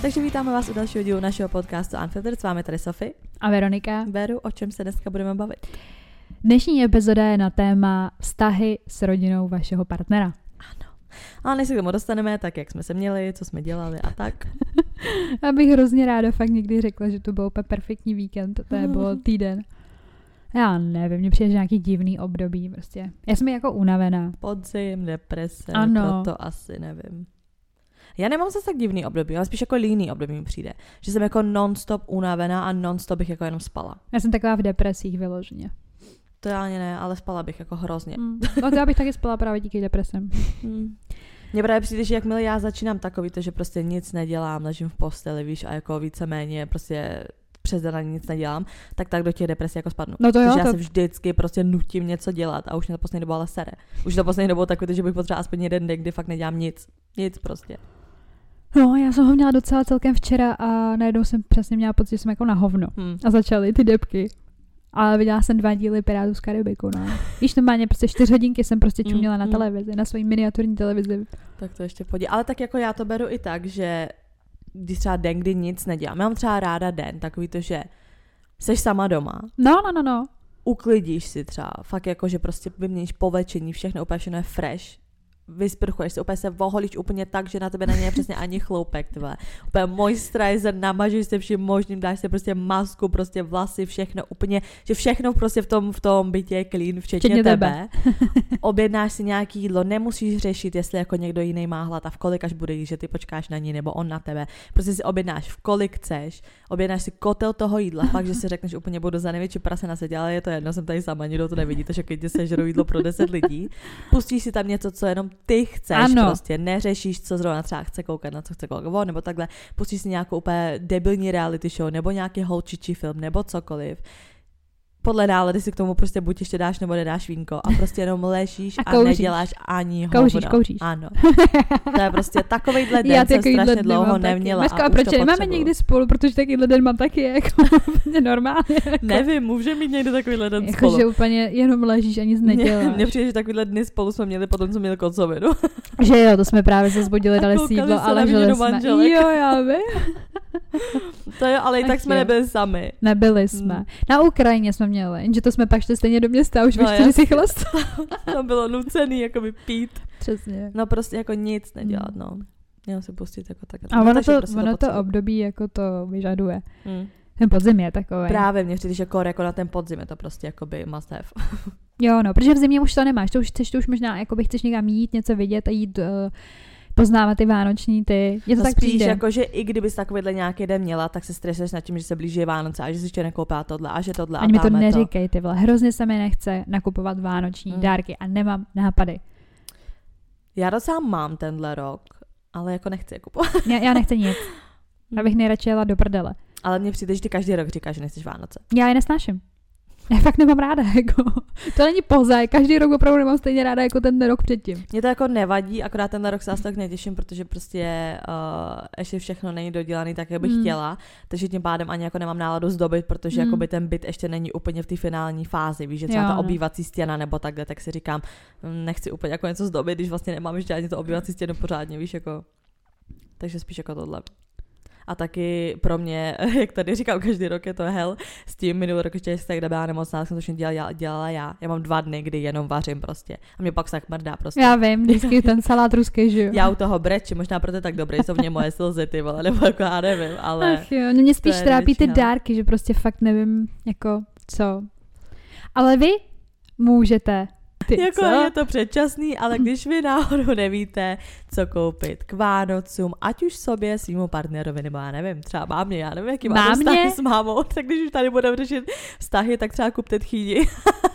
Takže vítáme vás u dalšího dílu našeho podcastu Unfiltered. S vámi tady Sofie a Veronika. Veru, o čem se dneska budeme bavit? Dnešní epizoda je na téma vztahy s rodinou vašeho partnera. Ano. Ale než se k tomu dostaneme, tak jak jsme se měli, co jsme dělali a tak. Abych hrozně ráda fakt někdy řekla, že to byl úplně perfektní víkend, to byl týden. Já nevím, mně přijde, že nějaký divný období prostě. Já jsem jako unavená. Podzim, deprese, ano. Proto asi nevím. Já nemám zase tak divný období, ale spíš jako líný období mi přijde. Že jsem jako non-stop unavená a non-stop bych jako jenom spala. Já jsem taková v depresích vyloženě. To já ani ne, ale spala bych jako hrozně. No to já bych taky spala právě díky depresem. Mně právě přijde, že jakmile já začínám takový to, že prostě nic nedělám, ležím v posteli, víš, a jako víceméně prostě přes den ani nic nedělám, tak do těch depresí jako spadnu. No to jo, takže já se vždycky prostě nutím něco dělat a už mě to poslední dobu ale sere. Už to poslední dobu takový, že bych potřebovala aspoň jeden den, kdy fakt nedělám nic. Nic prostě. No, já jsem ho měla docela celkem včera a najednou jsem přesně měla pocit, že jsem jako na hovno. A začaly ty depky. Ale viděla jsem 2 díly Pirátů z Karibiku, no. Víš, normálně prostě 4 hodinky jsem prostě čuměla na televizi, na svojí miniaturní televizi. Tak to ještě podívej. Ale tak jako já to beru i tak, že když třeba den, kdy nic nedělám. Já mám třeba ráda den, takový to, že seš sama doma. No. Uklidíš si třeba, fakt jako, že prostě vyměníš povlečení, všechno je fresh. Vysprchuješ se, úplně se voholíš úplně tak, že na tebe není přesně ani chloupek, tvé. Úplně moisturizer, namažeš se vším možným, dáš se prostě masku, prostě vlasy, všechno úplně, že všechno prostě v tom bytě je clean, včetně tebe. Objednáš si nějaký jídlo, nemusíš řešit, jestli jako někdo jiný má hlad a v kolik až bude jíst, že ty počkáš na ní nebo on na tebe. Prostě si objednáš v kolik chceš, objednáš si kotel toho jídla, fakt, že si řekneš úplně budu za největší prase na světě, ale je to jedno, jsem tady sama, nikdo to nevidí, takže když sežerou jídlo pro 10 lidí, pustíš si tam něco, co jenom ty chceš, ano. Prostě neřešíš, co zrovna třeba chce koukat, na co chce koukat, nebo takhle, pustíš si nějakou úplně debilní reality show, nebo nějaký holčičí film, nebo cokoliv. Podle nálady si k tomu prostě buď ještě dáš, nebo nedáš vínko a prostě jenom ležíš a neděláš ani hovno. Kouříš. Ano. To je prostě takovejhle den jsem strašně dlouho neměla. Meska, a proč nemáme někdy spolu, protože takovýhle den mám taky jako normálně. Jako. Nevím, může mít někdy takovýhle den jako, spolu. Že úplně jenom ležíš a nic neděláš. Mně přijde, že takovýhle dny spolu jsme měli potom, co měli kocovinu. Že jo, to jsme právě se zbudili, dali si jídlo, ale leželi jsme. Jo, já vím. To jo, ale i tak jsme nebyli sami. Nebyli jsme. Na Ukrajině jsme měli, jenže to jsme pak šli stejně do města a už ve 4 si chlast. To bylo nucený jakoby pít. Přesně. No prostě jako nic nedělat, no. Měl si pustit jako tak. A ono to období jako to vyžaduje. Ten podzim je takový. Právě mě přijde, že jako na ten podzim je to prostě jakoby must have. Jo, no, protože v zimě už to nemáš, to už možná jakoby chceš někam jít, něco vidět a jít poznávat ty vánoční ty. Je to no tak spíš přijde. jako, že i kdybys takovýhle nějaký den měla, tak se stresuješ nad tím, že se blíží Vánoce a že si ještě nekoupá tohle a že tohle. Ani mi to neříkej, ty vole. Hrozně se mi nechce nakupovat vánoční dárky a nemám nápady. Já docela mám tenhle rok, ale jako nechci je kupovat. Já nechci nic. Já bych nejradši jela do prdele. Ale mně přijde, že ty každý rok říkáš, že nechceš Vánoce. Já je nesnáším. Já fakt nemám ráda, jako. To není pozaj, každý rok opravdu nemám stejně ráda jako ten rok předtím. Mně to jako nevadí, akorát tenhle rok se asi tak netěším, protože prostě ještě všechno není dodělaný tak, jak bych chtěla, takže tím pádem ani jako nemám náladu zdobit, protože jakoby ten byt ještě není úplně v té finální fázi, víš, že třeba ta obývací stěna nebo takhle, tak si říkám, nechci úplně jako něco zdobit, když vlastně nemám ještě ani to obývací stěnu pořádně, víš, jako. Takže spíš jako tohle. A taky pro mě, jak tady říkám, každý rok je to hell, s tím minulý rok ještě tak byla nemocná, jsem to všechno dělala já. Já mám 2 dny, kdy jenom vařím prostě. A mě pak se tak mrdá prostě. Já vím, vždycky ten salát ruský, že jo. Já u toho brečím, možná proto je tak dobrý, jsou v něm moje slzy, ty vole, nebo jako já nevím, ale... Ach jo, mě spíš trápí ty dárky, že prostě fakt nevím, jako co. Ale vy můžete. Jako je to předčasný, ale když vy náhodou nevíte, co koupit k Vánocům, ať už sobě, svýmu partnerovi, nebo já nevím, třeba mámě, já nevím, jaký mám vztahy s mámou, tak když už tady budeme řešit vztahy, tak třeba kupte tchýni.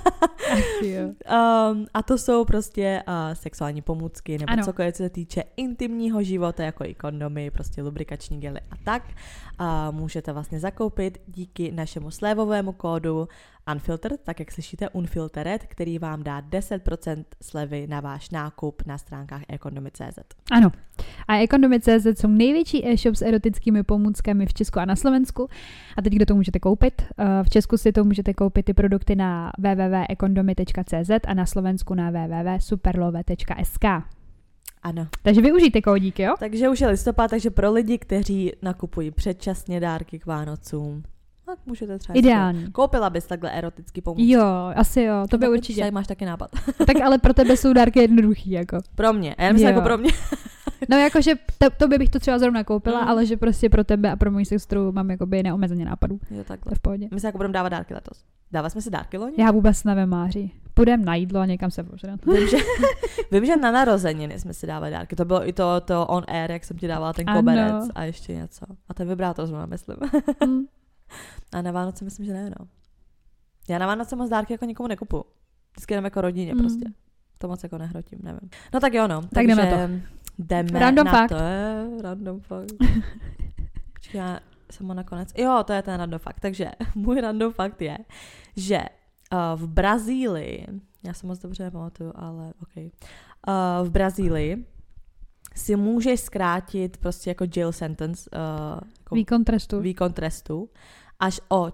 A to jsou prostě sexuální pomůcky, nebo cokoliv, co se týče intimního života, jako i kondomy, prostě lubrikační gely a tak. Můžete vlastně zakoupit díky našemu slevovému kódu Unfiltered, tak jak slyšíte, Unfiltered, který vám dá 10% slevy na váš nákup na stránkách ekondomy.cz. Ano. A ekondomy.cz jsou největší e-shop s erotickými pomůckami v Česku a na Slovensku. A teď, kde to můžete koupit? V Česku si to můžete koupit ty produkty na www.ekondomy.cz a na Slovensku na www.superlove.sk. Ano. Takže využijte kódík, jo? Takže už je listopad, takže pro lidi, kteří nakupují předčasně dárky k Vánocům, tak můžete třeba... Ideální. Koupila bys takhle erotický pomůcky? Jo, asi jo, to by určitě. Tady máš taky nápad. Tak ale pro tebe jsou dárky jednoduchý, jako. Pro mě, já myslím jako pro mě. No jakože to bych to třeba zrovna koupila, ale že prostě pro tebe a pro moji sestru mám jakoby neomezeně nápadů. Jo, takhle. To je v pohodě. My se jako budeme dávat dárky letos. Dávali jsme si dárky loni? Já vůbec nevím, Máří. Půjdeme na jídlo a někam se požrat. Vím, že na narozeniny jsme si dávali dárky. To bylo i to on air, jak jsem ti dávala ten koberec a ještě něco. A ten vibrátor zrovna, myslím. A na Vánoce myslím, že ne, no. Já na Vánoce moc dárky jako nikomu nekupu. Vždycky jenom jako rodině prostě. To moc jako nehrotím, nevím. No tak jo, no. Tak jdeme to. Jdeme random na fact. to. Random fact. Počkej, já jsem ho nakonec. Jo, to je ten random fact. Takže můj random fact je, že v Brazílii, já se moc dobře nepamatuju, ale ok. V Brazílii si můžeš zkrátit prostě jako jail sentence, jako výkon trestu až o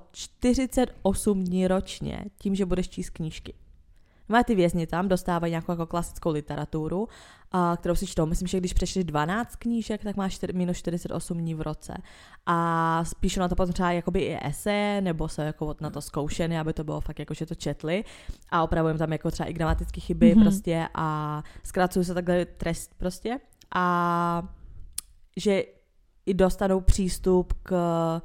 48 dní ročně tím, že budeš číst knížky. Ty vězni tam dostávají nějakou jako klasickou literaturu, kterou si čtou. Myslím, že když přečteš 12 knížek, tak máš minus 48 dní v roce. A spíš na to potom třeba jakoby i esej, nebo se jako na to zkoušeny, aby to bylo fakt jako, že to četli. A opravujeme tam jako třeba i gramatické chyby prostě a zkracují se takhle trest prostě. A že i dostanou přístup k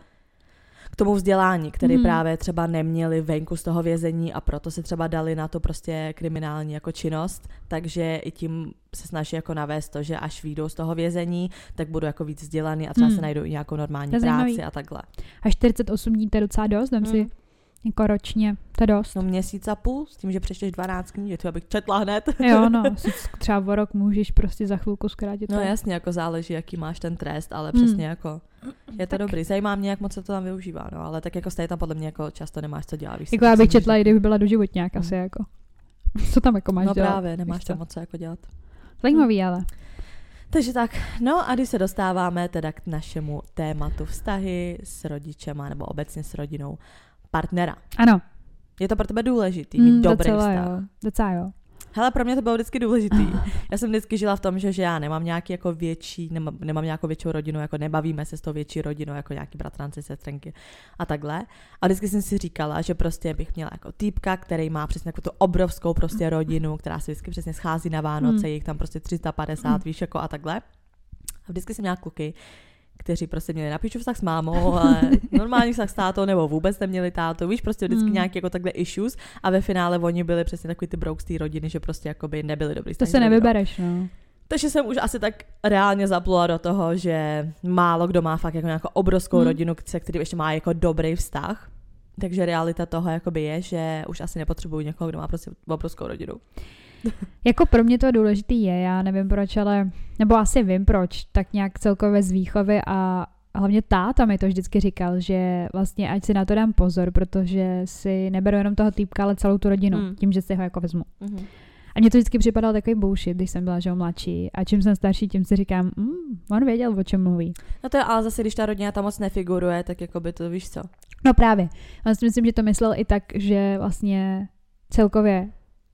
tomu vzdělání, který právě třeba neměli venku z toho vězení a proto se třeba dali na to prostě kriminální jako činnost, takže i tím se snaží jako navést to, že až vyjdou z toho vězení, tak budou jako víc vzdělaný a třeba se najdou i nějakou normální práci a takhle. A 48 dní to je docela dost, dám si jako ročně, to je dost. No měsíc a půl, s tím, že přečteš 12 knížek, to bych četla hned. Jo, no, třeba o rok můžeš prostě za chvilku zkrátit. No jasně, jako záleží, jaký máš ten trest, ale přesně jako je to dobrý. Zajímá mě, jak moc se to tam využívá, no, ale tak jako stejně tam podle mě jako často nemáš co dělat. Jako já bych četla, i kdyby byla doživotňák asi jako. Co tam jako máš dělat? No právě, nemáš tam moc co jako dělat. Zajímavý, ale. Takže tak, no a když se dostáváme teda k našemu tématu vztahy s rodičema nebo obecně s rodinou partnera. Ano. Je to pro tebe důležitý mít dobrý vztah? Jo. Docela jo. Hele, pro mě to bylo vždycky důležitý. Já jsem vždycky žila v tom, že já nemám nějaký jako nemám nějakou větší rodinu, jako nebavíme se s tou větší rodinou, jako nějaký bratranci, sestřenky a takhle. A vždycky jsem si říkala, že prostě bych měla jako týpka, který má přesně jako tu obrovskou prostě rodinu, která se vždycky přesně schází na Vánoce, jich tam prostě 350, víš, jako a takhle. A vždycky jsem měla kluky, kteří prostě měli na píču vztah s mámou, ale normální vztah s tátou, nebo vůbec neměli tátu, víš, prostě vždycky nějaký jako takhle issues a ve finále oni byli přesně takový ty brouk z té rodiny, že prostě jakoby nebyli dobrý. To se nevybereš, no. Takže jsem už asi tak reálně zaplula do toho, že málo kdo má fakt jako nějakou obrovskou rodinu, se který ještě má jako dobrý vztah. Takže realita toho jakoby je, že už asi nepotřebuju někoho, kdo má prostě obrovskou rodinu. Jako pro mě to důležitý je, já nevím proč, ale, nebo asi vím proč, tak nějak celkově z výchovy a hlavně táta mi to vždycky říkal, že vlastně ať si na to dám pozor, protože si neberu jenom toho týpka, ale celou tu rodinu, tím, že si ho jako vezmu. A mně to vždycky připadalo takový bullshit, když jsem byla, že mladší. A čím jsem starší, tím si říkám, on věděl, o čem mluví. No to je, ale zase, když ta rodina tam moc nefiguruje, tak jako by to víš co. No právě. Já si myslím, že to myslel i tak, že vlastně celkově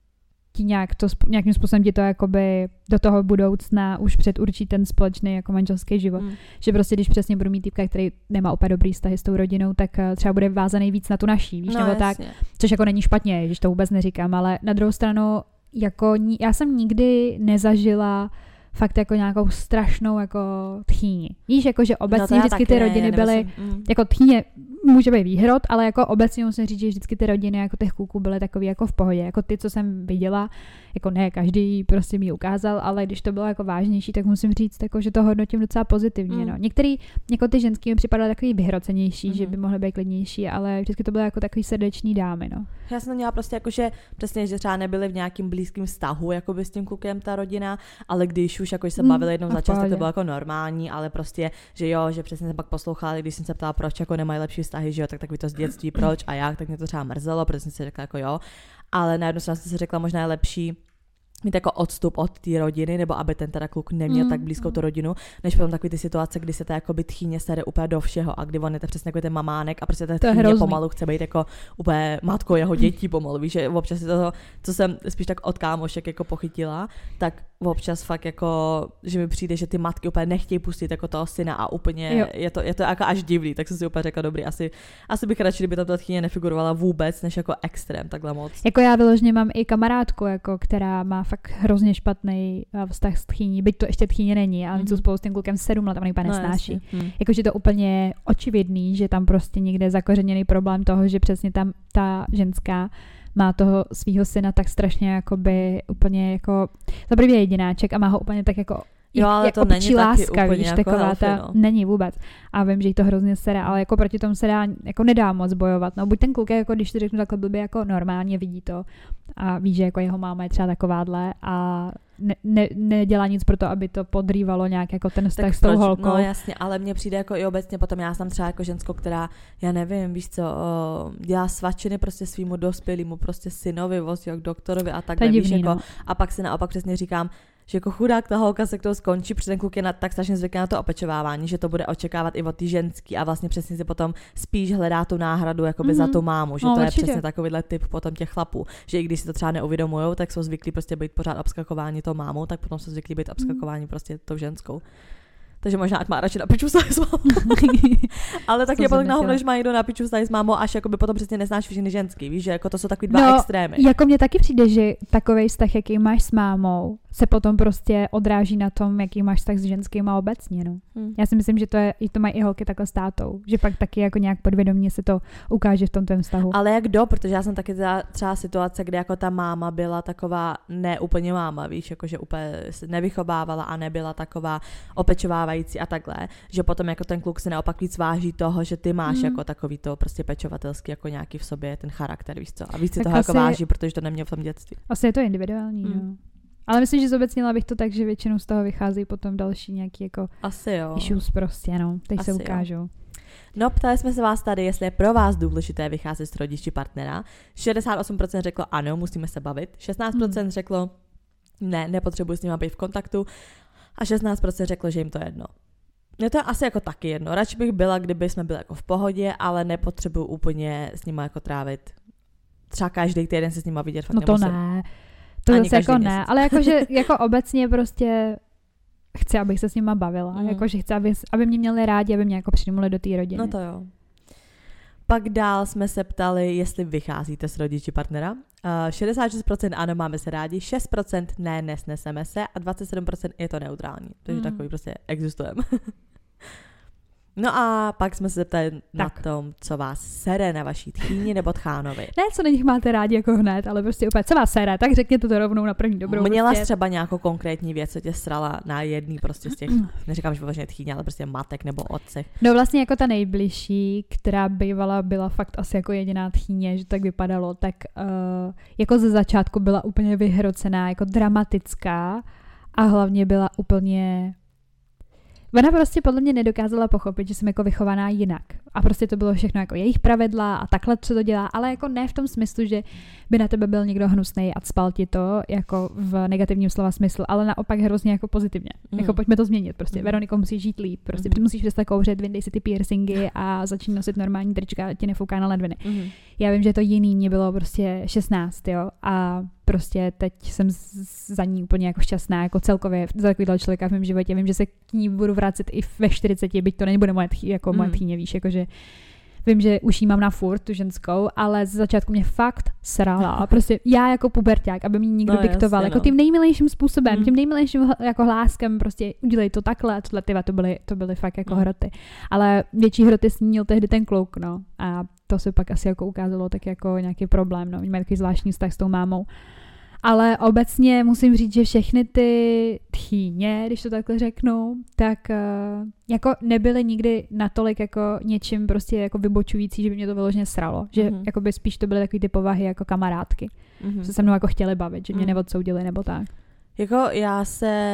nějakým způsobem ti to jakoby do toho budoucna už předurčí ten společný jako manželský život. Že prostě, když přesně budu mít týpka, který nemá úplně dobrý vztahy s tou rodinou, tak třeba bude vázaný víc na tu naší, víš, nebo tak. Což jako není špatně, když to vůbec neříkám, ale na druhou stranu jako já jsem nikdy nezažila fakt jako nějakou strašnou jako tchýni. Víš, jako že obecně vždycky ty rodiny byly, jako tchýně může být výhrod, ale jako obecně musím říct, že vždycky ty rodiny jako těch kluků byly takový jako v pohodě. Jako ty, co jsem viděla, jako ne každý prostě mi ukázal, ale když to bylo jako vážnější, tak musím říct, jako, že to hodnotím docela pozitivně. No. Některý, jako ty ženský mi připadaly takový vyhrocenější, že by mohly být klidnější, ale vždycky to bylo jako takový srdeční dámy. No. Já jsem měla prostě jako, že přesně, že třeba nebyly v nějakým blízkým vztahu jako by s tím klukem ta rodina, ale když už jako se bavili jednou za čas, tak to bylo jako normální, ale prostě, že jo, že přesně jsem pak poslouchala, když jsem se ptala, proč jako nemají lepší vztahy, že jo, tak takový to z dětství, proč a jak, tak mě to třeba mrzelo, protože jsem si řekla jako jo, ale na jednu stranu jsem si řekla, možná je lepší mít jako odstup od té rodiny, nebo aby ten teda kluk neměl tak blízkou tu rodinu, než potom takový ty situace, kdy se ta jako by tchýně sere úplně do všeho a kdy on je to přesně jako ten mamánek a prostě ta tchýně pomalu chce být jako úplně matkou jeho dětí pomalu, víš, že občas je to, co jsem spíš tak od kámošek jako pochytila, tak občas fakt jako, že mi přijde, že ty matky úplně nechtějí pustit jako toho syna a úplně je to jako až divný, tak jsem si úplně řekla, dobrý, asi bych radši, kdyby ta tchýně nefigurovala vůbec, než jako extrém takhle moc. Jako já vyloženě mám i kamarádku, jako, která má fakt hrozně špatný vztah s tchýní, byť to ještě tchýně není, ale jsou spolu s tím klukem 7 let a on úplně nesnáší. Jakože to úplně očividný, že tam prostě někde je zakořeněný problém toho, že přesně tam ta ženská má toho svýho syna tak strašně jakoby úplně jako za první jedináček a má ho úplně tak jako jo, ale to není láska, víš, jako taková healthy, ta, není vůbec. A vím, že jí to hrozně sere, ale jako proti tomu se dá, jako nedá moc bojovat. No buď ten kluk je, jako když to řeknu takhle blbě, jako normálně vidí to a ví, že jako jeho máma je třeba takováhle a nedělá nic pro to, aby to podrývalo nějak jako ten vztah s tou holkou. No jasně, ale mně přijde jako i obecně potom já jsem třeba jako ženskou, která, já nevím, víš co, dělá svačiny prostě svýmu dospělému prostě synovi, vozí k doktorovi a tak víš, jako, no. A pak si naopak přesně říkám, že jako chudák ta holka se k tomu skončí, protože ten kluk je tak strašně zvyklý na to opečovávání, že to bude očekávat i od té ženský a vlastně přesně si potom spíš hledá tu náhradu jakoby za tu mámu, že to je přesně takovýhle typ potom těch chlapů, že i když si to třeba neuvědomujou, tak jsou zvyklí prostě být pořád obskakování tou mámou, tak potom jsou zvyklí být obskakování prostě tou ženskou. Takže možná ať má radši na piču vztahy s mámou. Ale tak je potom nahovno, že má někdo na piču vztahy s mámou, až jakoby potom přesně neznáš všechny ženský, víš, že jako to jsou takový dva extrémy. Jako mně taky přijde, že takovej vztah, jaký máš s mámou, se potom prostě odráží na tom, jaký máš vztah s ženskýma obecně, no. Já si myslím, že to mají i holky takhle s tátou, že pak taky jako nějak podvědomě se to ukáže v tom tvém vztahu. Ale jak protože já jsem taky třeba situace, kde jako ta máma byla taková ne úplně máma, víš, jako že úplně se nevychovávala a nebyla taková opečovávající a takhle, že potom jako ten kluk se naopak víc váží toho, že ty máš jako takový to prostě pečovatelský jako nějaký v sobě ten charakter, víš co, a víc si toho jako váží, protože to neměl v tom dětství. Asi je to individuální, no. Ale myslím, že zobecnila bych to tak, že většinou z toho vychází potom další nějaký jako asi jo. Issues prostě, no. Teď asi se ukážou. Jo. No, ptali jsme se vás tady, jestli je pro vás důležité vycházet s rodiči partnera. 68% řeklo ano, musíme se bavit. 16% řeklo ne, nepotřebuji s nima být v kontaktu. A 16% řeklo, že jim to je jedno. No to je asi jako taky jedno. Radši bych byla, kdyby jsme byli jako v pohodě, ale nepotřebuji úplně s nima jako trávit. Třeba každý týden se s nima vidět. Fakt no to ne. To zase jako ne, ale jakože jako obecně prostě chci, abych se s nima bavila. Jakože chci, aby mě měli rádi, aby mě jako přijmuli do té rodiny. No to jo. Pak dál jsme se ptali, jestli vycházíte s rodiči partnera. 66% ano, máme se rádi, 6% ne, nesneseme se a 27% je to neutrální. Takže takový prostě existujeme. No a pak jsme se zeptali na tom, co vás sere na vaší tchýni nebo tchánovi. Ne, co na nich máte rádi jako hned, ale prostě úplně, co vás sere, tak řekněte to rovnou na první dobrou. Měla prostě. třeba nějakou konkrétní věc, co tě srala na jedný prostě z těch, neříkám, že vyloženě tchýně, ale prostě matek nebo otcech. No vlastně jako ta nejbližší, která byla fakt asi jako jediná tchýně, že tak vypadalo, tak jako ze začátku byla úplně vyhrocená, jako dramatická a hlavně byla úplně... Ona prostě podle mě nedokázala pochopit, že jsem jako vychovaná jinak. A prostě to bylo všechno jako jejich pravidla a takhle, co to dělá, ale jako ne v tom smyslu, že by na tebe byl někdo hnusnej a cpal ti to jako v negativním slova smyslu, ale naopak hrozně jako pozitivně. Jako pojďme to změnit prostě. Veroniko, musíš žít líp, prostě musíš přestat kouřit, vyndej si ty piercingy a začni nosit normální trička, ti nefouká na ledviny. Já vím, že to jiný, mě bylo prostě 16, jo, a prostě teď jsem za ní úplně jako šťastná, jako celkově za takovýhle člověka v mém životě. Vím, že se k ní budu vracet i ve 40, byť to nebude moje tchýně, víš, jakože vím, že už jí mám na furt tu ženskou, ale z začátku mě fakt srala. A prostě já jako puberťák, aby mi někdo diktoval, jasně, jako tím nejmilejším způsobem, tím nejmilejším jako hláskem, prostě udělej to takhle a tohle, to byly fakt jako hroty. Ale větší hroty snil tehdy ten kluk, no. A to se pak asi jako ukázalo tak jako nějaký problém, no. Oni mají takový zvláštní vztah s tou mámou. Ale obecně musím říct, že všechny ty tchýně, když to takhle řeknu, tak jako nebyly nikdy natolik jako něčím prostě jako vybočující, že by mě to vyloženě sralo. Že jako by spíš to byly takový ty povahy jako kamarádky. Že se mnou jako chtěli bavit, že mě neodsoudili nebo tak. Jako já se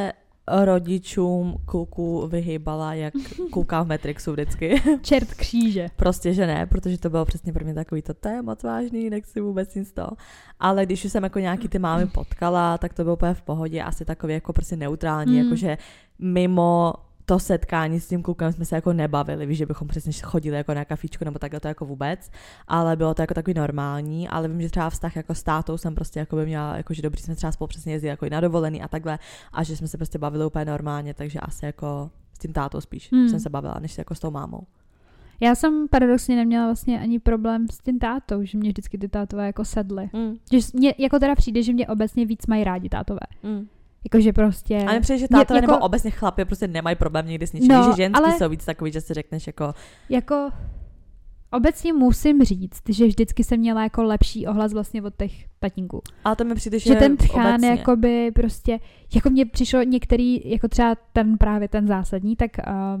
rodičům kluků vyhýbala, jak koukám v Matrixu vždycky. Čert kříže. Prostě, že ne, protože to bylo přesně pro mě takový to je moc vážný, nechci vůbec nic toho. Ale když už jsem jako nějaký ty mámy potkala, tak to bylo úplně v pohodě, asi takový jako prostě neutrální, jakože mimo to setkání s tím klukem jsme se jako nebavili, víš, že bychom přesně chodili jako na kafičku nebo takhle to jako vůbec, ale bylo to jako takový normální, ale vím, že třeba vztah jako s tátou jsem prostě jako by měla, jako že dobrý jsme třeba spolu přesně jezdili jako i na dovolený a takhle a že jsme se prostě bavili úplně normálně, takže asi jako s tím tátou spíš jsem se bavila, než jako s tou mámou. Já jsem paradoxně neměla vlastně ani problém s tím tátou, že mě vždycky ty tátové jako sedly. Že mě jako teda přijde, že mě obecně víc mají rádi tátové. Jakože prostě... Ale přijde, že tátové jako... nebo obecně chlapy prostě nemají problém nikdy s ničím. No, že ženský jsou víc takový, že si řekneš jako... Jako obecně musím říct, že vždycky jsem měla jako lepší ohlas vlastně od těch tatínků. Ale to mi přijde, že ten tchán jakoby prostě... Jako mně přišlo některý, jako třeba ten právě ten zásadní, tak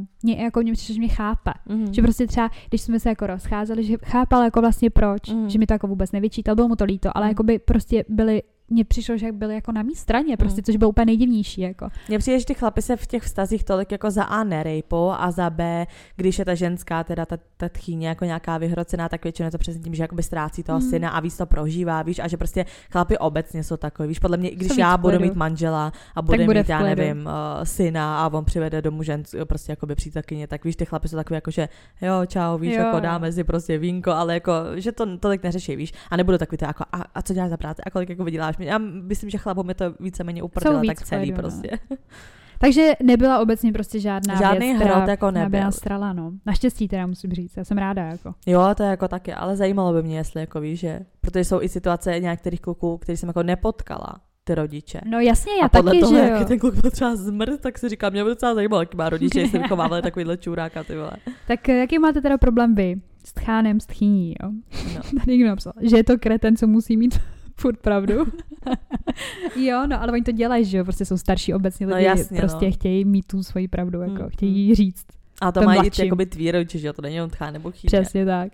mě přišlo, že mě chápe. Že prostě třeba, když jsme se jako rozcházeli, že chápal jako vlastně proč, že mi to jako vůbec nevyčítal, bylo mu to líto, ale jakoby prostě mně přišlo, že byli jako na mý straně, prostě, což bylo úplně nejdivnější. Jako. Mně přijde, že ty chlapi se v těch vztazích tolik jako za A nerejpou a za B, když je ta ženská, teda ta tchýně jako nějaká vyhrocená, tak většinou je to přesně tím, že jakoby ztrácí toho syna a víc to prožívá, víš, a že prostě chlapi obecně jsou takový, víš, podle mě, když já budu mít manžela a budu mít, já nevím, syna a on přivede domů prostě jakoby přítelkyně, tak víš, ty chlapi jsou takový jako, že jo, čau, víš, jako dáme si prostě vínko, ale jako, že to tolik neřeší, víš, a nebudu takový to jako, a co děláš za práci, a kolik jako vyděláš. Já myslím, že chlapům je to víceméně uprdela tak celý prostě. Takže nebyla obecně prostě žádný hrot jako nebyl. Strala, no. Naštěstí teda musím říct, já jsem ráda jako. Jo, to je jako taky, ale zajímalo by mě, jestli jako víš, že, protože jsou i situace některých kluků, který jsem jako nepotkala, ty rodiče. No jasně, já a taky, podle toho, že jak je ten kluk byl třeba zmrt, tak si říkám, mě by docela zajímalo, jaký má rodiče, jestli vychovávali takovýhle čuráka, ty vole. Tak jaký máte teda problém vy? S tchánem, s tchýní, jo? No. Tady někdo napsal, že je to kreten, co musí mít furt pravdu. Jo, no, ale oni to dělají, že jo, prostě jsou starší obecně lidi, jasně, prostě chtějí mít tu svoji pravdu, jako chtějí ji říct. A to mají i jakoby tví rodiče, že jo, to není jen tchán nebo chýně. Přesně tak.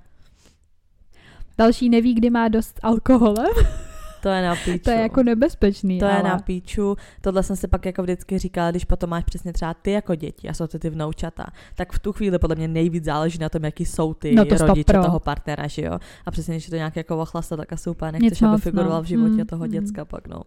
Další neví, kdy má dost alkoholu. To je na píču. To je jako nebezpečný. To je na píču. Tohle jsem si pak jako vždycky říkala, když potom máš přesně třeba ty jako děti a jsou to ty vnoučata, tak v tu chvíli podle mě nejvíc záleží na tom, jaký jsou ty rodiče toho partnera, že jo. A přesně, když je to nějak jako ochlasta, tak asi úplně nechceš, aby figuroval v životě toho děcka pak, no.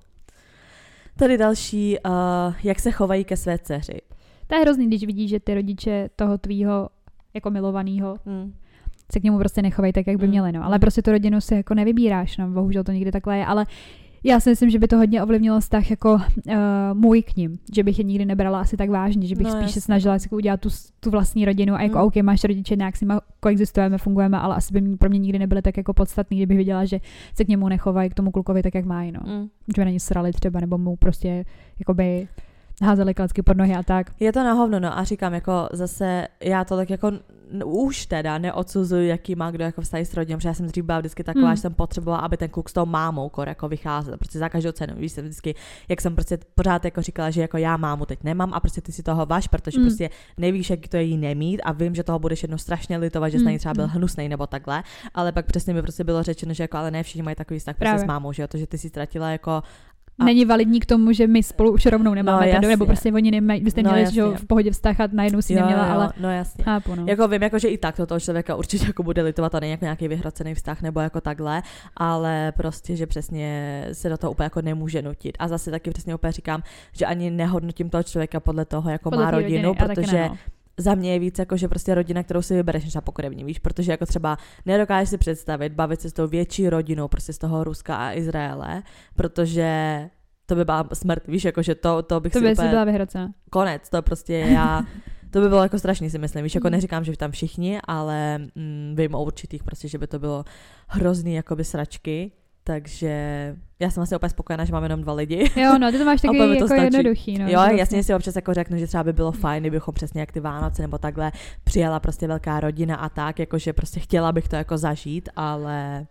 Tady další, jak se chovají ke své dceři. To je hrozný, když vidíš, že ty rodiče toho tvýho jako milovanýho se k němu prostě nechovají tak, jak by měli, no. Ale prostě tu rodinu si jako nevybíráš, no. Bohužel to někdy takhle je, ale já si myslím, že by to hodně ovlivnilo vztah jako můj k ním, že bych je nikdy nebrala asi tak vážně, že bych spíš se snažila si udělat tu vlastní rodinu a jako OK, máš rodiče, nějak si koexistujeme, fungujeme, ale asi by pro mě nikdy nebyly tak jako podstatný, kdybych viděla, že se k němu nechovají, k tomu klukovi tak, jak mají, no. Že by na ně srali třeba, nebo mu prostě jakoby házeli klacky pod nohy a tak. Je to na hovno, no a říkám, jako zase já to tak jako už teda neodsuzuji, jaký má kdo jako vztahy s rodinou, protože já jsem dřív byla vždycky taková, že jsem potřebovala, aby ten kluk s tou mámou jako vycházel, prostě za každou cenu, víš, jsem vždycky, jak jsem prostě pořád jako říkala, že jako já mámu teď nemám a prostě ty si toho váš, protože prostě nevíš, jak to je jí nemít a vím, že toho budeš jednou strašně litovat, že jsi na ní třeba byl hnusnej nebo takhle, ale pak přesně mi prostě bylo řečeno, že jako ale ne všichni mají takový vztah prostě s mámou, že jo, to, že ty si ztratila jako není validní k tomu, že my spolu už rovnou nemáme nebo prostě oni nemají, byste měli že v pohodě vztah a najednou si neměla, ale no jasně. Chápu, no. Jako vím, jako, že i tak toho člověka určitě jako bude litovat a není jako nějaký vyhrocený vztah nebo jako takhle, ale prostě, že přesně se do toho úplně jako nemůže nutit. A zase taky přesně úplně říkám, že ani nehodnotím toho člověka podle toho, jako podle má rodinu, protože za mě je víc jako, že prostě rodina, kterou si vybereš, než na pokrevní, víš, protože jako třeba nedokážeš si představit bavit se s tou větší rodinou prostě z toho Ruska a Izraele, protože to by byla smrt, víš, jako, že to bych to si by úplně... si byla vyhrocená. Konec, to prostě já... To by bylo jako strašný, si myslím, víš, jako neříkám, že tam všichni, ale vím o určitých prostě, že by to bylo hrozný jakoby sračky, takže já jsem vlastně úplně spokojená, že mám jenom 2 lidi. Jo, no, ty to máš taky jako jednoduchý. No, jo, jasně si občas jako řeknu, že třeba by bylo fajn, kdybychom přesně jak ty Vánoce nebo takhle přijela prostě velká rodina a tak, jakože prostě chtěla bych to jako zažít, ale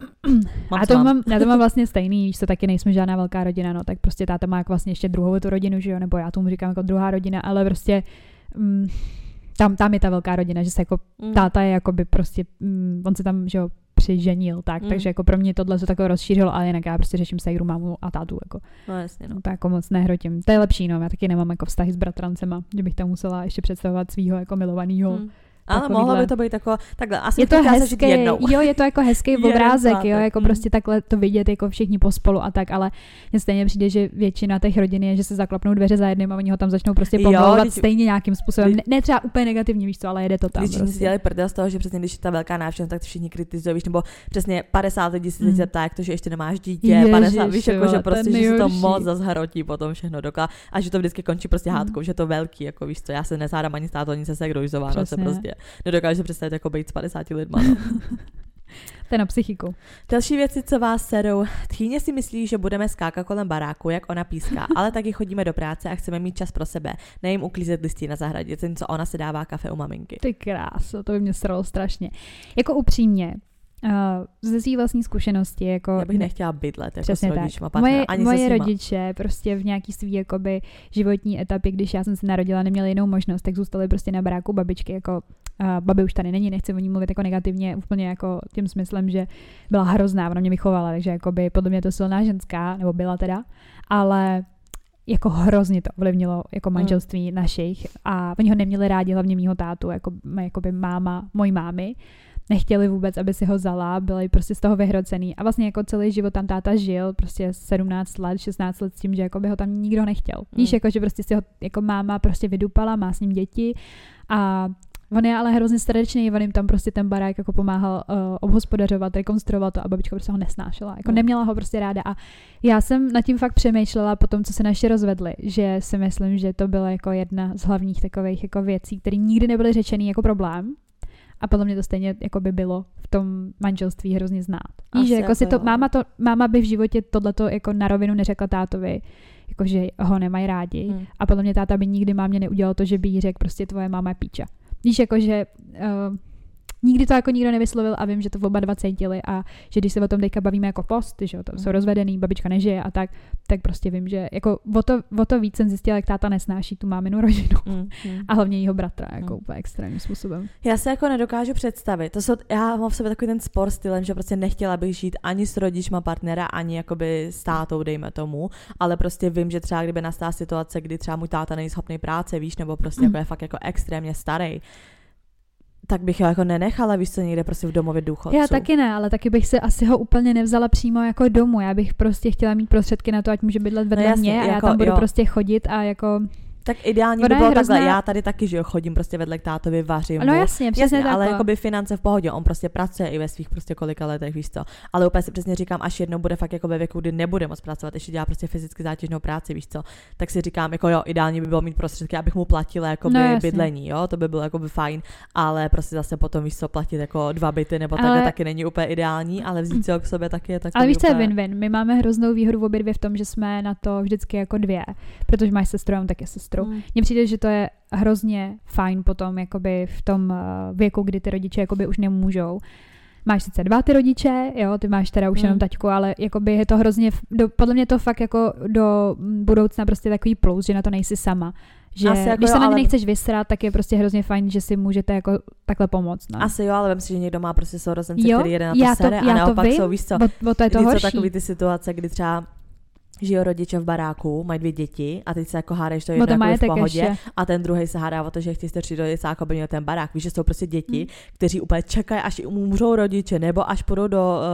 já to mám vlastně stejný, víš, to taky nejsme žádná velká rodina, no, tak prostě táta má jako vlastně ještě druhou tu rodinu, že jo, nebo já tomu říkám jako druhá rodina, ale prostě tam je ta velká rodina, že se jako táta je jakoby prostě, on se tam, že jo, přiženil, tak, takže jako pro mě tohle se takové rozšířilo, ale jinak já prostě řeším sejru, mámu a tátu, jako. No jasně, no. To jako moc nehrotím. To je lepší, no, já taky nemám jako vztahy s bratrancema, že bych tam musela ještě představovat svýho jako milovanýho. Ale mohlo by to být takhle. Asi je to hezký, jo, je to jako hezký obrázek, jo, jako prostě takhle to vidět jako všichni pospolu a tak, ale mně stejně přijde, že většina těch rodin je, že se zaklapnou dveře za jedním a oni ho tam začnou prostě pomlouvat stejně nějakým způsobem. Ne třeba úplně negativní, víš co, ale jede to tam. Když prostě si dělali prdel z toho, že přesně když je ta velká návštěva, tak všichni kritizují, víš, nebo přesně 50 lidí se zeptá, jak to, že ještě nemáš dítě, 50, víš, jako že prostě že se to moc zazhrotí potom všechno dokola a že to vždycky končí prostě hádkou, že to velký, jako víš co, já se nezhádám ani s tátou, ani se segrou, se prostě nedokážu představit jako být s 50 lidma. No. To je na psychiku. Další věci, co vás serou. Tchýně si myslí, že budeme skákat kolem baráku, jak ona píská, ale taky chodíme do práce a chceme mít čas pro sebe. Nejím uklízet listí na zahradě, tím, co ona se dává kafe u maminky. Ty kráso, to by mě sralo strašně. Jako upřímně, ze svý vlastní zkušenosti, jako... Já bych nechtěla bydlet jako s rodičima, moje rodiče prostě v nějaký svý jakoby životní etapě, když já jsem se narodila, neměli jinou možnost, tak zůstali prostě na baráku babičky, jako babi už tady není, nechci o ní mluvit jako negativně, úplně jako tím smyslem, že byla hrozná, ona mě vychovala, takže jakoby podle mě to silná ženská, nebo byla teda, ale jako hrozně to ovlivnilo jako manželství našich a oni ho neměli rádi, hlavně mýho tátu, jakoby máma, mojí mámy. Nechtěli vůbec, aby si ho vzala, byli prostě z toho vyhrocený a vlastně jako celý život tam táta žil, prostě 17 let, 16 let s tím, že jako by ho tam nikdo nechtěl. Víš, jako že prostě si ho jako máma prostě vydupala, má s ním děti a on je ale hrozně srdečný, on jim tam prostě ten barák jako pomáhal obhospodařovat, rekonstruovat to a babička prostě ho nesnášela. Jako neměla ho prostě ráda a já jsem nad tím fakt přemýšlela po tom, co se naši rozvedli, že si myslím, že to byla jako jedna z hlavních takových jako věcí, které nikdy nebyly řečený jako problém. A podle mě to stejně jako by bylo v tom manželství hrozně znát. Víš, že jako si to, máma by v životě tohleto jako na rovinu neřekla tátovi, jako že ho nemají rádi. A podle mě táta by nikdy mámě neudělal to, že by jí řekl prostě tvoje máma je píča. Víš, jako že nikdy to jako nikdo nevyslovil a vím, že to oba dva cítili a že když se o tom teďka bavíme jako post, že to jsou rozvedený, babička nežije a tak prostě vím, že jako o to víc jsem zjistila, jak táta nesnáší tu máminu rodinu a hlavně jeho bratra, jako úplně extrémním způsobem. Já se jako nedokážu představit. Já mám v sobě takový ten spor stylem, že prostě nechtěla bych žít ani s rodičma partnera, ani jakoby s tátou, dejme tomu, ale prostě vím, že třeba kdyby nastala situace, kdy třeba můj táta není schopný práce, víš, nebo prostě jako je fakt jako extrémně starý, tak bych ho jako nenechala, víš co, někde prostě v domově důchodců. Já taky ne, ale taky bych se asi ho úplně nevzala přímo jako domů. Já bych prostě chtěla mít prostředky na to, ať může bydlet vedle mě a já tam budu prostě chodit a jako... Tak ideální by bylo takhle, já tady taky, že jo, chodím prostě vedle k tátovi, vařím. No jasně, přesně ale jakoby finance v pohodě, on prostě pracuje i ve svých prostě kolika letech, víš co. Ale úplně si přesně říkám, až jednou bude fakt jako ve věku, kdy nebude moc pracovat, ještě dělá prostě fyzicky zátěžnou práci, víš co. Tak si říkám, jako jo, ideální by bylo mít prostředky, abych mu platila jakoby bydlení, jo, to by bylo jakoby fajn, ale prostě zase potom víš co, platit jako 2 byty nebo takhle taky není úplně ideální, ale vzít si ho k sobě taky je taky. Ale víš co je win-win, my máme hroznou výhodu obě dvě v tom, že jsme na to vždycky jako dvě, protože máš sestru, já taky sestru. Mně přijde, že to je hrozně fajn potom jakoby v tom věku, kdy ty rodiče jakoby už nemůžou. Máš sice 2 ty rodiče, jo, ty máš teda už jenom taťku, ale jakoby je to hrozně, podle mě to fakt jako do budoucna prostě takový plus, že na to nejsi sama. Že jako když se na ně nechceš vysrat, tak je prostě hrozně fajn, že si můžete jako takhle pomoct. No. Asi jo, ale vem si, že někdo má prostě sourozence, který jede na to sere a naopak jsou, víš co, to je to horší. Takový ty situace, kdy třeba žijou rodiče v baráku, mají 2 děti a teď se jako hádají, že to je jedno jako v pohodě ještě. A ten druhý se hádá o to, že chtějí 3 rodiče jako by měl ten barák. Víš, že jsou prostě děti, kteří úplně čekají, až umřou rodiče nebo až půjdou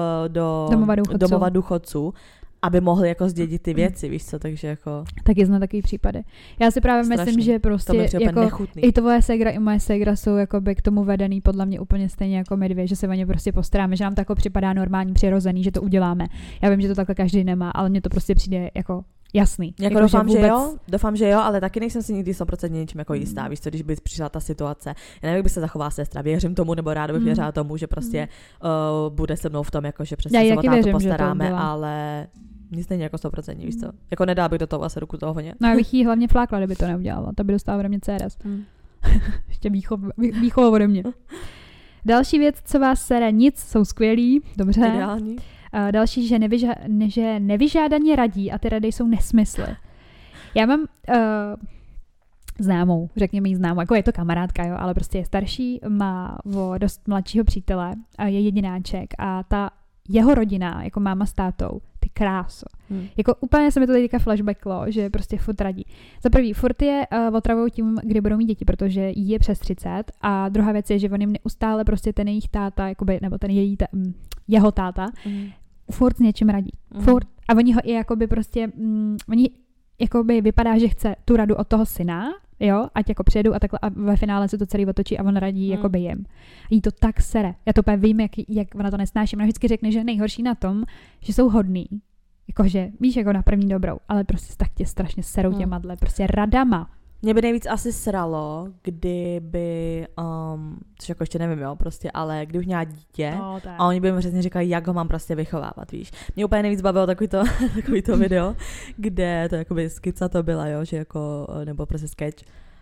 do domova důchodců, aby mohli jako zdědit ty věci, víš co, takže jako... Taky znám takový případy. Já si právě myslím, že prostě jako i tvoje ségra, i moje ségra jsou jakoby k tomu vedený podle mě úplně stejně jako my dvě, že se o ně prostě postaráme, že nám to jako připadá normální, přirozený, že to uděláme. Já vím, že to takhle každý nemá, ale mně to prostě přijde jako jasný. Jako doufám, že jo, ale taky nejsem si nikdy 100% něčím jako jistá, víš co, když by přišla ta situace. Já nevím, jak by se zachovala sestra, věřím tomu, nebo ráda bych věřila tomu, že prostě bude se mnou v tom, jako že přesně se o tátu postaráme, ale nic není jako 100%, víš co. Jako nedá bych do toho asi ruku toho hodně. No já bych jí hlavně flákla, kdyby to neudělala. Ta by dostala ode mě CRS. Ještě výchova ode mě. Další věc, co vás sere, nic, jsou skvělí, dobře. Ideální. Další, že nevyžádaně radí a ty rady jsou nesmysly. Já mám známou, řekněme jí známou, jako je to kamarádka, jo, ale prostě je starší, má o dost mladšího přítele a je jedináček a ta jeho rodina, jako máma s tátou, ty kráso. Jako úplně se mi to teďka flashbacklo, že prostě furt radí. Za prvý, furt je otravují tím, kdy budou mít děti, protože jí je přes 30 a druhá věc je, že on jim neustále prostě ten jejich táta, jakoby, nebo ten jeho táta, furt s něčím radí. Furt. A oni ho i jakoby prostě, oni jakoby vypadá, že chce tu radu od toho syna, jo, ať jako přijedu a takhle a ve finále se to celý otočí a on radí jakoby jim. Jí to tak sere. Já to úplně vím, jak ona to nesnáší. Ona vždycky řekne, že nejhorší na tom, že jsou hodný. Jakože, víš, jako na první dobrou, ale prostě tak tě strašně serou těma dle, prostě radama. Mě by nejvíc asi sralo, kdyby, což jako ještě nevím, jo, prostě, ale kdybych měla dítě a oni by mi přesně říkali, jak ho mám prostě vychovávat, víš. Mě úplně nejvíc bavilo takový to video, kde to jakoby skica to byla, jo, že jako, nebo prostě sketch,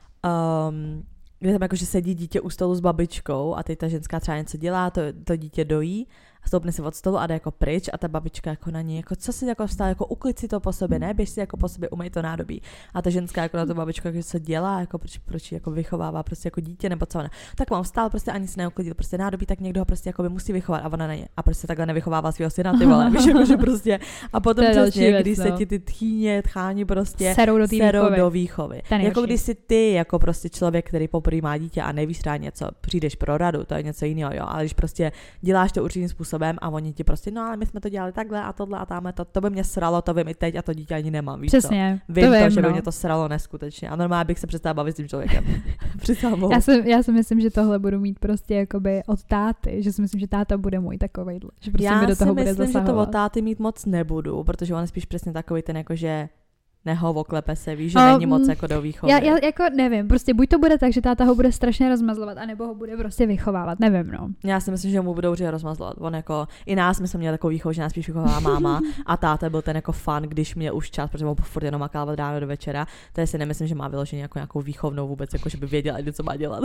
kde tam jakože sedí dítě u stolu s babičkou a teď ta ženská třeba něco dělá, to dítě dojí a stoupne si od stolu a jde jako pryč a ta babička jako na ní, jako co si jako vstala, jako uklid si to po sobě, ne, běž si jako po sobě, umej to nádobí. A ta ženská jako na tu babičku, jako co dělá, jako proč jako vychovává prostě jako dítě nebo co ona. Tak on vstál, prostě ani si neuklidil, prostě nádobí, tak někdo ho prostě jako by musí vychovat a ona na ně. A prostě takhle nevychovává svého syna, ty vole, víš, jako že prostě a potom přesně, když se ti ty tcháni prostě serou do výchovy. Jako když si ty jako prostě člověk, který poprvé má dítě a nevíš třeba něco, přijdeš pro radu, to je něco jiného, jo, ale když prostě děláš to určitým způsobem a oni ti prostě, no ale my jsme to dělali takhle a tohle a tamhle, to by mě sralo, to vím i teď a to dítě ani nemám, víš. Přesně, co? Vím to, že by mě to sralo neskutečně a normálně bych se přestala bavit s tím člověkem. Já si myslím, že tohle budu mít prostě jakoby od táty, že si myslím, že táta bude můj takovejhle, že prostě mi do toho bude zasahovat. Já si myslím, že to od táty mít moc nebudu, protože on je spíš přesně takový ten jakože oklepe se, víš, že není moc jako do výchovy. Já jako nevím, prostě buď to bude tak, že táta ho bude strašně rozmazlovat, anebo ho bude prostě vychovávat, nevím, no. Já si myslím, že mu budou určitě rozmazlovat. On jako, i nás my jsme měli takovou výchovu, že nás spíš vychovala máma a táta byl ten jako fan, když měl už čas, protože mu furt jenom makal od rána do večera, takže si nemyslím, že má vyloženě jako nějakou výchovnou vůbec, jako že by věděla, co má dělat.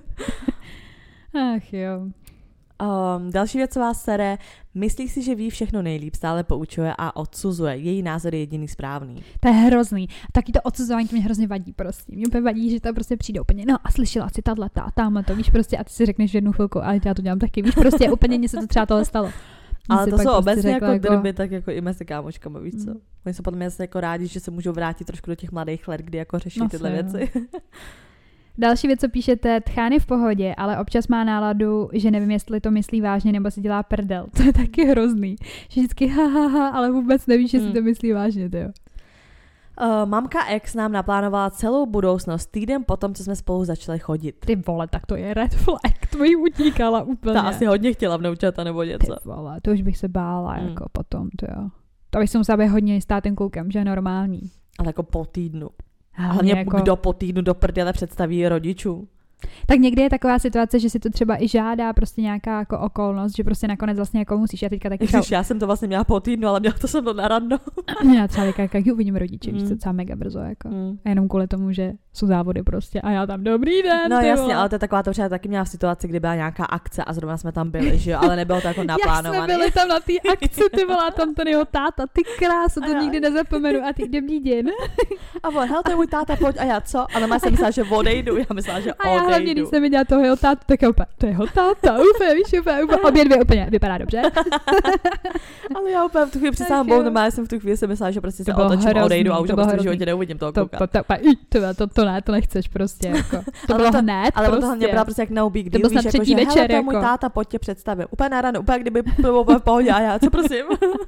Ach jo. Další věc, co vás sere, myslí si, že ví všechno nejlíp, stále poučuje a odsuzuje. Její názor je jediný správný. To je hrozný. Taky to odsuzování to mě hrozně vadí prostě. Mě úplně vadí, že to prostě přijde úplně, no a slyšela si tato a tamhle to, víš prostě a ty si řekneš v jednu chvilku, ale já to dělám taky, víš prostě úplně mně se to třeba tohle stalo. Ale to jsou obecně jako drby, tak jako i mezi kámoškama, víš co? Oni jsou podle mě jako rádi, že se můžou vrátit trošku do těch mladých let, kdy jako řeší tyhle věci. Další věc, co píšete, tchán je v pohodě, ale občas má náladu, že nevím, jestli to myslí vážně, nebo si dělá prdel. To je taky hrozný. Že vždycky ale vůbec nevíš, jestli to myslí vážně, to jo. Mamka ex nám naplánovala celou budoucnost týden potom, co jsme spolu začali chodit. Ty vole, tak to je red flag, to jí utíkala úplně. Ta asi hodně chtěla vnoučata nebo něco. Ty vole, to už bych se bála jako potom, to jo. To bych se musela být hodně jistá tím klukem, že je normální. Ale jako po týdnu. Hlavně jako... kdo po týdnu do prdele představí rodičů. Tak někdy je taková situace, že si to třeba i žádá prostě nějaká jako okolnost, že prostě nakonec vlastně jako musíš. Já teďka taky já jsem to vlastně měla po týdnu, ale měla to jsem na rando. Já třeba jak uvidím rodiče, víš co, třeba mega brzo jako. A jenom kvůli tomu, že jsou závody prostě a já tam dobrý den. No jasně, ale to je taková to třeba taky měla v situaci, kdy byla nějaká akce a zrovna jsme tam byli, že jo, ale nebylo to jako naplánované. Jak jsme byli tam na té akci, ty volá tam ten jeho táta, ty krásu, to nikdy nezapomenu a ty dobrý den. A on, hele, to je můj táta, pojď a já co? Ale já jsem myslela, že odejdu, já myslela, že odejdu. Hlavně, když jsem viděla toho jeho tátu, tak to je jeho táta, úplně, víš, úplně, obě dvě úplně, vypadá dobře. Ale já úplně v tu chvíli přisahám bohu, já jsem v tu chvíli si myslela, že prostě se otočím a odejdu a už prostě v životě neuvidím toho kluka. To nechceš prostě, jako. To bylo hned, ale to hlavně byla prostě jak no big deal, víš, jako, že hele, to je můj táta, pojď tě představím. Úplně na ráno, úplně kdyby bylo v pohodě a já, co prosím.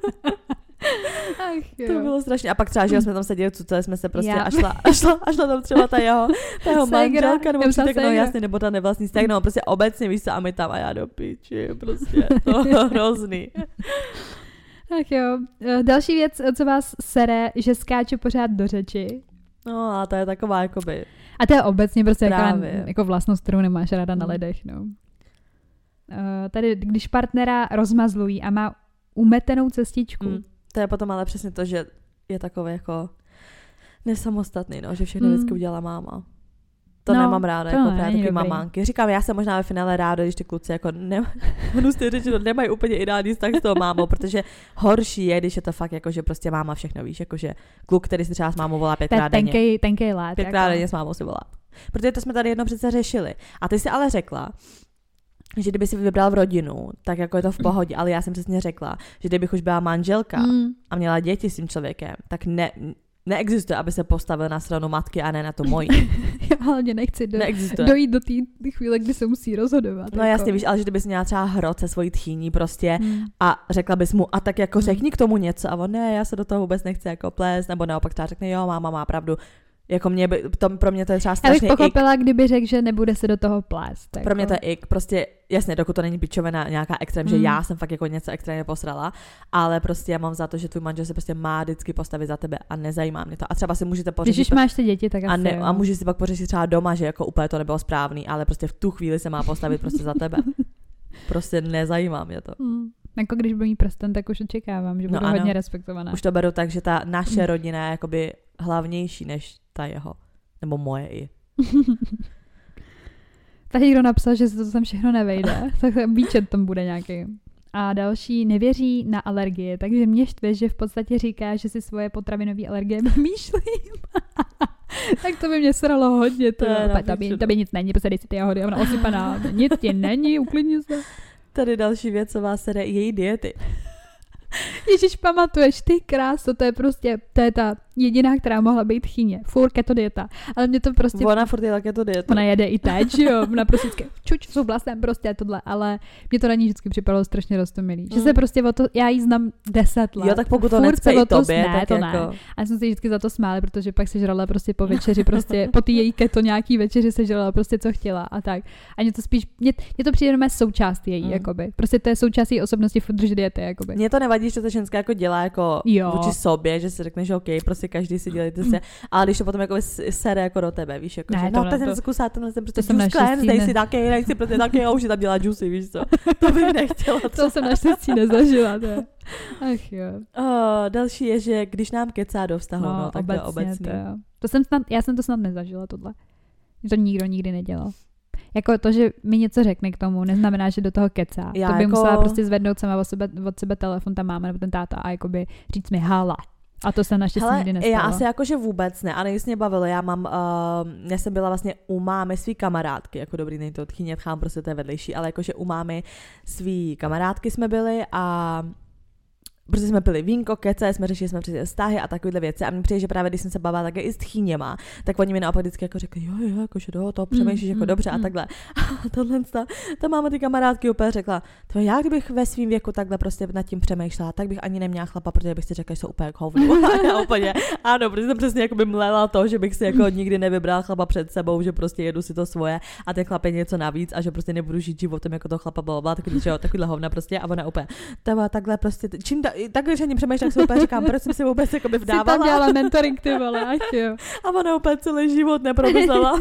Ach, to bylo strašně. A pak třeba, že jsme tam seděli, cucali jsme se prostě a šla tam třeba ta jeho manželka, nebo tak, no jasně, nebo ta nevlastní vztah, no prostě obecně, víš co, a my tam a já do piči, prostě, to hrozný. Ach jo. Další věc, co vás sere, že skáče pořád do řeči. No a to je taková jakoby... A to je obecně prostě jako vlastnost, kterou nemáš ráda na lidech, no. Tady, když partnera rozmazlují a má umetenou cestičku. To je potom ale přesně to, že je takový jako nesamostatný, no, že všechno vždycky udělala máma. To nemám ráda, jako právě takový mamánky. Říkám, já jsem možná ve finále ráda, když ty kluci jako nemají úplně ideální vztah s tou mámou, protože horší je, když je to fakt jako, že prostě máma všechno víš, jako že kluk, který si třeba s mámou volá 5krát denně. Tenkej lát. 5krát denně s mámou si volá. Protože to jsme tady jednou přece řešili. A ty si ale řekla, že kdyby si vybral v rodinu, tak jako je to v pohodě, ale já jsem přesně řekla, že kdybych už byla manželka a měla děti s tím člověkem, tak neexistuje, aby se postavil na stranu matky a ne na tu moji. Já hlavně nechci dojít do té chvíle, kdy se musí rozhodovat. No jasně, víš, ale že kdybys měla třeba hrot se svojí tchýní prostě a řekla bys mu a tak jako řekni k tomu něco a on ne, já se do toho vůbec nechci jako plést, nebo naopak třeba řekne jo, máma má pravdu. Jako pro mě to je třeba strašně já bych pochopila, kdyby řekl, že nebude se do toho plést. Pro mě to je prostě jasně, dokud to není pičovina nějaká extrém, že já jsem fakt jako něco extrémně posrala, ale prostě já mám za to, že tvůj manžel se prostě má vždycky postavit za tebe a nezajímá mě to. A třeba si můžete pořešit. Když máš ty děti, tak asi a můžeš si pak pořešit třeba doma, že jako úplně to nebylo správný, ale prostě v tu chvíli se má postavit prostě za tebe. Prostě nezajímá mě to. Jako když budu mít prsten, tak už očekávám, že budu hodně respektovaná. Už to beru tak, že ta naše rodina je jakoby hlavnější než ta jeho. Nebo moje i. Tak někdo napsal, že se to tam všechno nevejde, tak výčet tam bude nějaký. A další nevěří na alergie, takže mě štve, že v podstatě říká, že si svoje potravinové alergie vymýšlím. Tak to by mě sralo hodně. To by nic není, prostě dej si ty jahody, ona osypaná. Nic ti není, uklidni se. Tady další věc, co vás sere, její diety. Ježiš, pamatuješ, ty kráso, to je ta jediná, která mohla být tchýně. Furt keto dieta. Ale mě to prostě... Ona furt jela keto dieta. Ona jede i teď, jo. Ona prostě čuč, souhlasím, prostě tohle. Ale mě to na ní vždycky připadalo strašně roztomilý. Že se prostě o to, já jí znám 10 let. Jo, tak pokud to necpe i tobě, tak to jako... Ne. A jsem si vždycky za to smála, protože pak se žrala prostě po večeři, prostě po té její keto nějaký večeři se žrala prostě co chtěla a tak. A mě to spíš, mě to přijde jenom součást její, jakoby. Prostě to je součást její osobnosti, furt drží diety, jakoby. Mně to nevadí, že to ženská jako dělá jako vůči sobě, že si řekne, že OK, prostě každý si dělejte se, ale když to potom jako sere jako do tebe, víš, jako, ne, že no, ten zkusá, tenhle jsem prostě juice cleanse, dej si taky, dej si prostě taky a už je tam dělá juicy, víš co. To bych nechtěla. To jsem naštěstí nezažila, to je. Ach jo. Další je, že když nám kecá do vztahu, no tak obecně, to obecně. Já jsem to snad nezažila tohle. To nikdo nikdy nedělal. Jako to, že mi něco řekne k tomu, neznamená, že do toho kecá. To by jako... musela prostě zvednout sama od sebe telefon, ta máma nebo ten táta a jakoby říct mi hala. A to se naštěstí nikdy nestalo. Já asi jakože vůbec ne, a nejsně bavilo. Já jsem byla vlastně u mámy svý kamarádky, jako dobrý, nejde to tchýně, tchám, prostě to je vedlejší, ale jakože u mámy svý kamarádky jsme byli a prostě jsme pili vínko, kece, řešili jsme přesně vztahy a takovéhle věci a mně přijde, že právě když jsem se bavila také i s tchýněma, tak oni mi naopak vždycky jako řekli, jo, jakože to přemýšlíš jako dobře a takhle. A tohle ta máma ty kamarádky úplně řekla, to já kdybych ve svým věku takhle prostě nad tím přemýšlela, tak bych ani neměla chlapa, protože bych si řekla, že jsou úplně jako hovno. A já úplně, ano, protože jsem přesně jako by mlela to, že bych si jako nikdy nevybrala chlapa před sebou, že prostě jedu si to svoje a ten chlap je něco navíc a že prostě nebudu žít životem jako to chlapa byla takovýhle hovna prostě a ona úplně, takhle prostě tak když ani přemýšlím, tak si úplně říkám, proč jsem si vůbec jako by vdávala. Jsi tam dělala mentoring, ty vole, ať jo. A ona úplně celý život nepromyslela.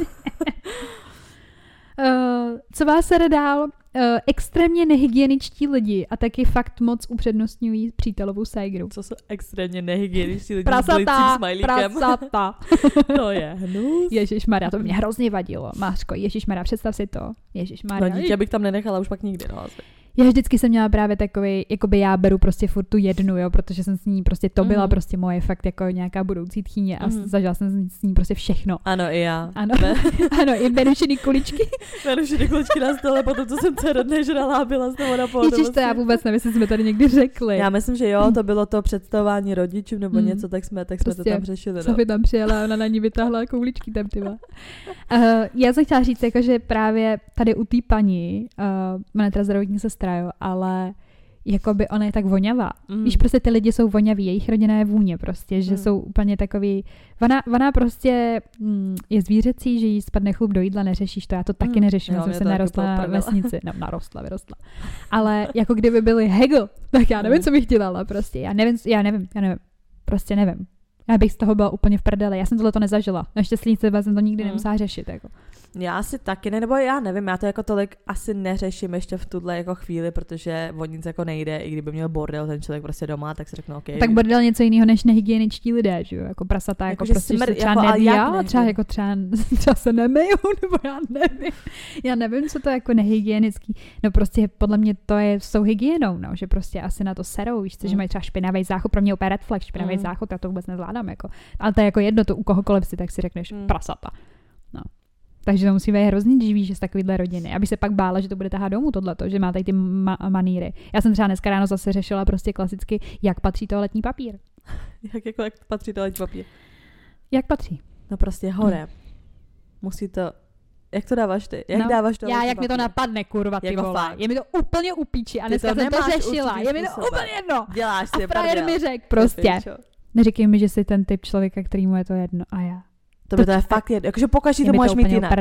Co vás sere dál? Extrémně nehygieničtí lidi a taky fakt moc upřednostňují přítelovou ségru. Co jsou extrémně nehygieničtí lidi prasata, s blicím smajlíkem? Prasata. To je hnus. Ježišmarja, to by mě hrozně vadilo. Mářko, ježišmarja, představ si to. Ježišmarja. No dítě bych tam nenechala už pak nikdy. No, já vždycky jsem měla právě takový, jakoby já beru prostě furt tu jednu, jo, protože jsem s ní prostě, to byla prostě moje fakt jako nějaká budoucí tchýně a zažila jsem s ní prostě všechno. Ano, i já. Ano, ano, i berušený kuličky. Berušený kuličky na stole, potom co jsem celé dne žrala a byla z toho na pohodovosti. Ježiš, to já vůbec nevím, jestli jsme tady někdy řekli. Já myslím, že jo, to bylo to představování rodičům nebo něco, tak jsme prostě to tam řešili. Sofie tam přijela a ona na ní vytáhla kuličky tam, tyva. Já jsem chtěla říct, jako, že právě tady u té paní, ona je teda zdravotní sestra, jo, ale jakoby ona je tak vonavá. Víš, prostě ty lidi jsou vonaví, jejich rodina je vůně prostě, že jsou úplně takový, ona prostě je zvířecí, že jí spadne chlup do jídla, neřešíš to, já to taky neřeším, jsem se narostla na vesnici, vyrostla. Ale jako kdyby byli Hegel, tak já nevím, co bych dělala prostě, já nevím, prostě nevím. Já bych z toho byla úplně v prdeli. Já jsem tohle to nezažila. Naštěstí jsem to nikdy nemusela řešit. Jako. Já asi taky ne, nebo já nevím, já to jako tolik asi neřeším ještě v tuhle jako chvíli, protože o nic jako nejde, i kdyby měl bordel ten člověk prostě doma, tak si řeknu OK. Tak bordel něco jiného než nehygieničtí lidé, že jo? Jako prasata, jako prostě se třeba nebíjá, třeba se nemejou, nebo já nevím, co to je jako nehygienický. No prostě podle mě to je s tou hygienou, no, že prostě asi na to serou, víš co, že mají třeba špinavý záchod, pro mě úplně red flag, špinavý záchod, já to vůbec nezvládám, jako. Ale to je jako jedno, to u kohokoliv si tak si řekneš prasata. No. Takže to musí být hrozně divý, že z takovýhle rodiny. Aby se pak bála, že to bude tahat domů tohleto, že má tady ty maníry. Já jsem třeba dneska ráno zase řešila prostě klasicky, jak patří toaletní papír. Jak patří toaletní papír? Jak patří? No prostě hore. Musí to... Jak to dáváš ty? Jak dáváš to? Jak mi to napadne, kurva, ty vole. Fakt. Je mi to úplně u píči a dneska jsem to řešila. Je mi to úplně jedno. Děláš si, a frajer mi řekl prostě. Neříkej mi, že jsi ten typ člověka, kterýmu je to jedno. A já. To je fakt jedno. Jakože pokaždé to můžeš mít jinak.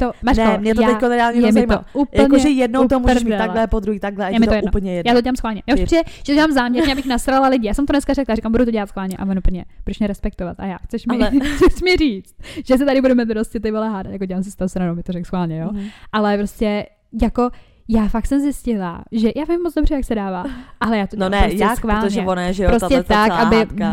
Mě to teďko reálně nezajímá. Jakože jednou to můžeš mít takhle, po druhý takhle a je to úplně jedno. Já to dělám schválně. Já už přijde, že dělám záměrně, abych nasrala lidi. Já jsem to dneska řekla, říkám, budu to dělat schválně a on úplně, proč nerespektovat? A já, chceš mi říct, že se tady budeme prostě ty vole hádat, jako dělám si z toho sranu, mi to řekl schválně, jo. Ale prostě jako já fakt jsem zjistila, že já vím moc dobře, jak se dává, ale já to dělám prostě schválně. Protože ona je, že jo, prostě tak, aby...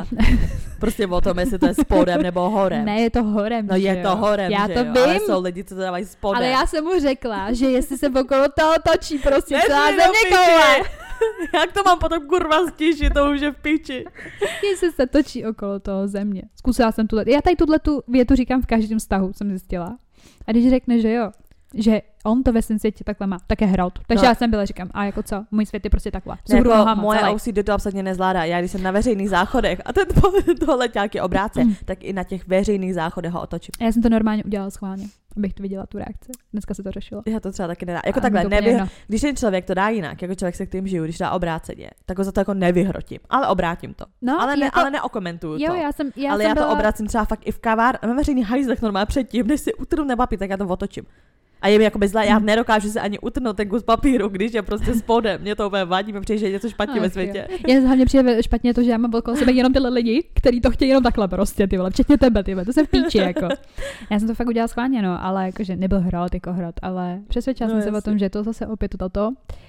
Prostě o tom, jestli to je spodem nebo horem. Ne, je to horem, no je to horem, já že to jo, vím. ale jsou lidi, co to dávají spodem. Ale já jsem mu řekla, že jestli se okolo toho točí prostě celá země koule. Jak to mám potom kurva stížit, to už je v piči. Jestli se točí okolo toho země. Zkusila jsem já tady tu větu říkám v každém vztahu, jsem zjistila. A když řekne, že jo, že on to ve svém světě takhle má, tak je hrot. Takže já jsem byla, říkám, a jako co, můj svět je prostě takhle. Jako moje OCD to absolutně nezvládá. Já když jsem na veřejných záchodech a tohle nějaký obráce, tak i na těch veřejných záchodech ho otočím. Já jsem to normálně udělala schválně, abych to viděla tu reakci. Dneska se to řešilo. Já to třeba taky nedá. Jako takhle, když ten člověk to dá jinak, jako člověk, se kterým žiju, když dá obráceně, tak ho za to jako nevyhrotím, ale obrátím to. No, ale neokomentuju to. Já to obracím třeba fakt i v kavárně, ve veřejných hajzlech normálně předtím, než si utrhnu papír, tak já to otočím. A je mi jako zlé, já nedokážu si ani utrhnout ten kus papíru, když je prostě spodem. Mě to úplně vadí, mi přijde, že je něco špatně ve světě. Je hlavně přijde špatně to, že já mám okolo sebe jenom tyhle lidi, kteří to chtějí jenom takhle prostě, ty vole, včetně tebe, ty vole, to se v píči, jako. Já jsem to fakt udělala schválně, no, ale jakože nebyl hrot, jako hrot, ale přesvědčila jsem se o tom, že to zase opět toto.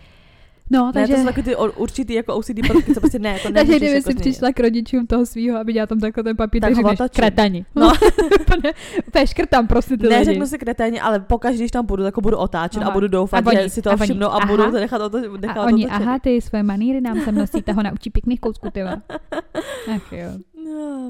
No, takže... Ne, to jsou taky ty určitý jako OCD prvky, co prostě ne, to nemůžeš. Takže kdyby si přišla k rodičům toho svýho, aby dělala tam takhle ten papír, tak řekneš kretani. No. Úplně škrtám prostě ty lidi. Neřeknu si kretani, ale pokaždé, když tam budu, tak budu otáčet a budu doufat, že si to všimnou a budu to nechat otočit. A oni, aha, ty svoje maníry nám sem nosí, ta ho naučí pěkných kousků, ty. Ach jo. No.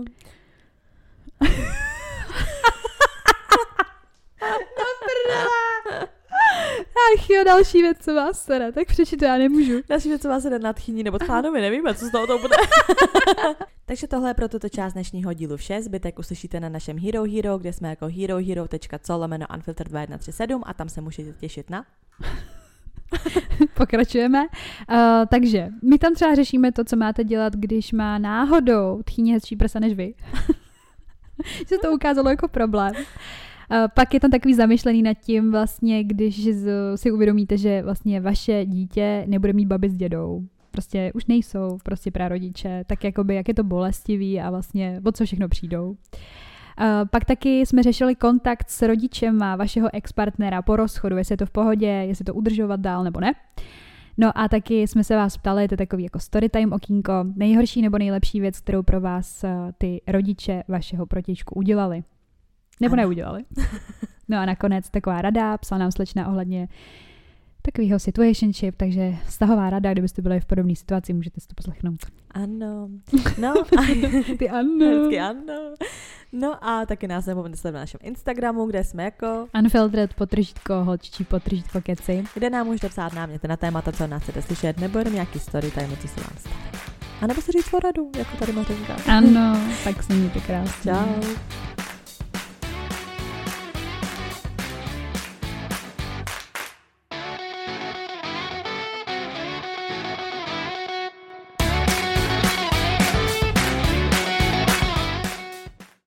Ach jo, další věc, co vás sere, tak přečít to já nemůžu. Další věc, co vás sere nadchýní nebo tchánovi, nevíme, co z toho to bude. Takže tohle je pro tuto část dnešního dílu vše. Zbytek uslyšíte na našem Hero Hero, kde jsme jako herohero.co/unfiltered2137 a tam se můžete těšit na... Pokračujeme. Takže my tam třeba řešíme to, co máte dělat, když má náhodou tchýně hezčí prsa než vy. Že se to ukázalo jako problém. Pak je tam takový zamyšlený nad tím vlastně, když si uvědomíte, že vlastně vaše dítě nebude mít babi s dědou. Prostě už nejsou prostě prarodiče, tak jakoby jak je to bolestivý a vlastně o co všechno přijdou. Pak taky jsme řešili kontakt s rodičem a vašeho ex-partnera po rozchodu, jestli je to v pohodě, jestli to udržovat dál nebo ne. No a taky jsme se vás ptali, to je takový jako storytime okýnko, nejhorší nebo nejlepší věc, kterou pro vás ty rodiče vašeho protějšku udělali. Nebo neudělali. No a nakonec taková rada, psala nám slečna ohledně takového situationship, takže vztahová rada, kdybyste byli v podobné situaci, můžete si to poslechnout. Ano. No. Ty ano. Vždycky ano. No a taky nás nepomeňte sledovat na našem Instagramu, kde jsme jako Unfiltered _holčičí _keci. Kde nám můžete psát náměty na témata, co nás chcete slyšet, nebo jenom nějaký story time, co se vám stane. A nebo si říct o radu, jako tady Mařenka. Ano, tak se mějte krásně. Čau.